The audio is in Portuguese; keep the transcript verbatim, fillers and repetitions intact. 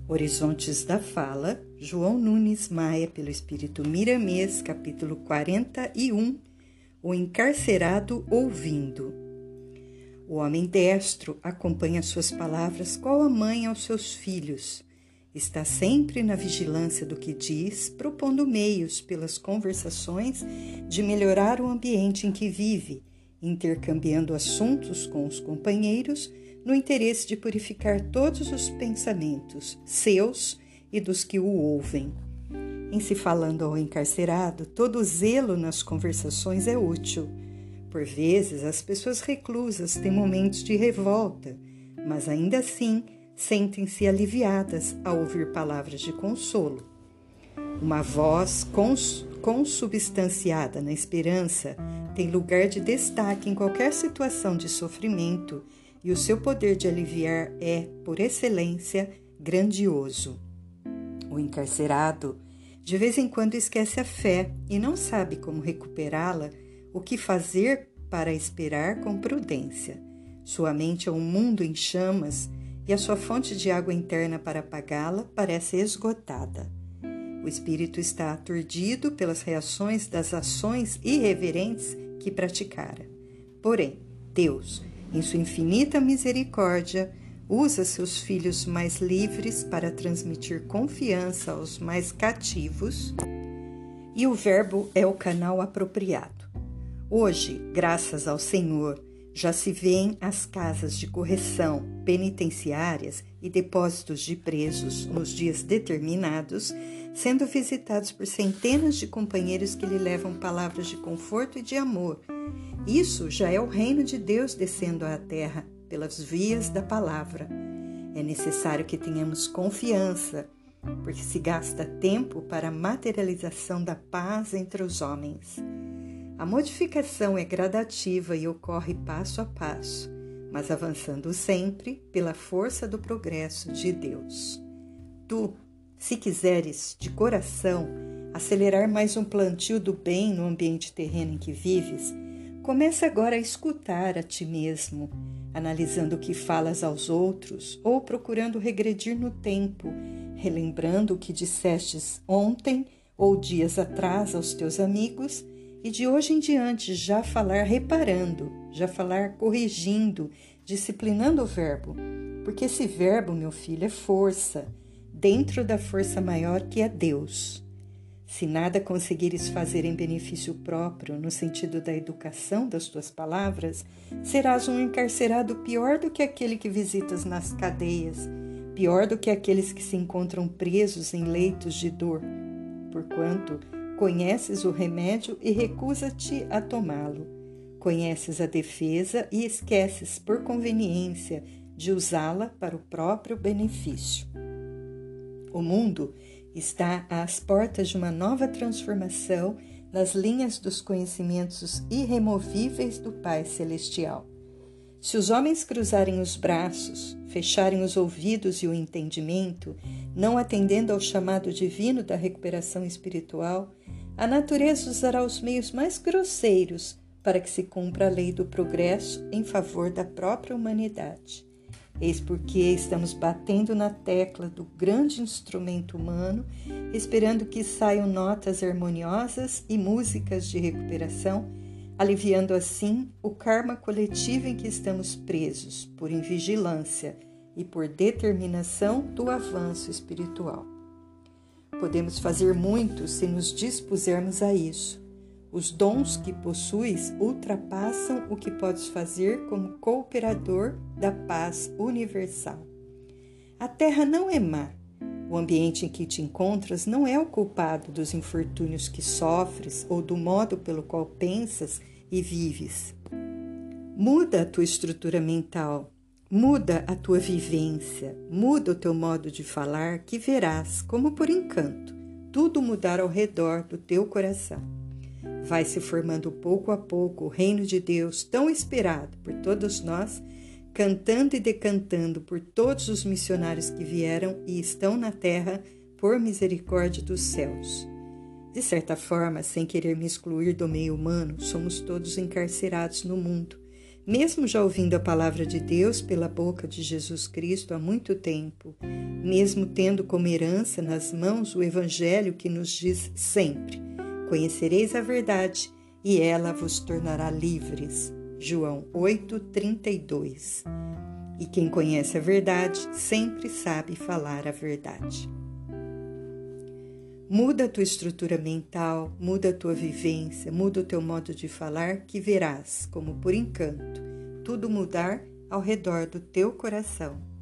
Horizontes da Fala, João Nunes Maia, pelo Espírito Miramês, capítulo quarenta e um, O Encarcerado Ouvindo. O homem destro acompanha suas palavras qual a mãe aos seus filhos. Está sempre na vigilância do que diz, propondo meios pelas conversações de melhorar o ambiente em que vive, intercambiando assuntos com os companheiros, no interesse de purificar todos os pensamentos, seus e dos que o ouvem. Em se falando ao encarcerado, todo zelo nas conversações é útil. Por vezes, as pessoas reclusas têm momentos de revolta, mas ainda assim sentem-se aliviadas ao ouvir palavras de consolo. Uma voz cons- consubstanciada na esperança tem lugar de destaque em qualquer situação de sofrimento, e o seu poder de aliviar é, por excelência, grandioso. O encarcerado, de vez em quando, esquece a fé e não sabe como recuperá-la, o que fazer para esperar com prudência. Sua mente é um mundo em chamas e a sua fonte de água interna para apagá-la parece esgotada. O espírito está aturdido pelas reações das ações irreverentes que praticara. Porém, Deus, em sua infinita misericórdia, usa seus filhos mais livres para transmitir confiança aos mais cativos, e o verbo é o canal apropriado. Hoje, graças ao Senhor, já se vêem as casas de correção, penitenciárias e depósitos de presos nos dias determinados, sendo visitados por centenas de companheiros que lhe levam palavras de conforto e de amor. Isso já é o reino de Deus descendo à terra pelas vias da palavra. É necessário que tenhamos confiança, porque se gasta tempo para a materialização da paz entre os homens. A modificação é gradativa e ocorre passo a passo, mas avançando sempre pela força do progresso de Deus. Tu, se quiseres de coração acelerar mais um plantio do bem no ambiente terreno em que vives, começa agora a escutar a ti mesmo, analisando o que falas aos outros ou procurando regredir no tempo, relembrando o que dissestes ontem ou dias atrás aos teus amigos e de hoje em diante já falar reparando, já falar corrigindo, disciplinando o verbo, porque esse verbo, meu filho, é força, dentro da força maior que é Deus. Se nada conseguires fazer em benefício próprio, no sentido da educação das tuas palavras, serás um encarcerado pior do que aquele que visitas nas cadeias, pior do que aqueles que se encontram presos em leitos de dor, porquanto conheces o remédio e recusa-te a tomá-lo. Conheces a defesa e esqueces, por conveniência, de usá-la para o próprio benefício. O mundo está às portas de uma nova transformação nas linhas dos conhecimentos irremovíveis do Pai Celestial. Se os homens cruzarem os braços, fecharem os ouvidos e o entendimento, não atendendo ao chamado divino da recuperação espiritual, a natureza usará os meios mais grosseiros para que se cumpra a lei do progresso em favor da própria humanidade. Eis porque estamos batendo na tecla do grande instrumento humano, esperando que saiam notas harmoniosas e músicas de recuperação, aliviando assim o karma coletivo em que estamos presos, por invigilância e por determinação do avanço espiritual. Podemos fazer muito se nos dispusermos a isso. Os dons que possuis ultrapassam o que podes fazer como cooperador da paz universal. A terra não é má. O ambiente em que te encontras não é o culpado dos infortúnios que sofres ou do modo pelo qual pensas e vives. Muda a tua estrutura mental, muda a tua vivência, muda o teu modo de falar, que verás, como por encanto, tudo mudar ao redor do teu coração. Vai se formando pouco a pouco o reino de Deus tão esperado por todos nós, cantando e decantando por todos os missionários que vieram e estão na terra por misericórdia dos céus. De certa forma, sem querer me excluir do meio humano, somos todos encarcerados no mundo, Mesmo já ouvindo a palavra de Deus pela boca de Jesus Cristo há muito tempo, mesmo tendo como herança nas mãos o Evangelho que nos diz sempre: conhecereis a verdade e ela vos tornará livres. João oito, trinta e dois. E quem conhece a verdade sempre sabe falar a verdade. Muda a tua estrutura mental, muda a tua vivência, muda o teu modo de falar, que verás, como por encanto, tudo mudar ao redor do teu coração.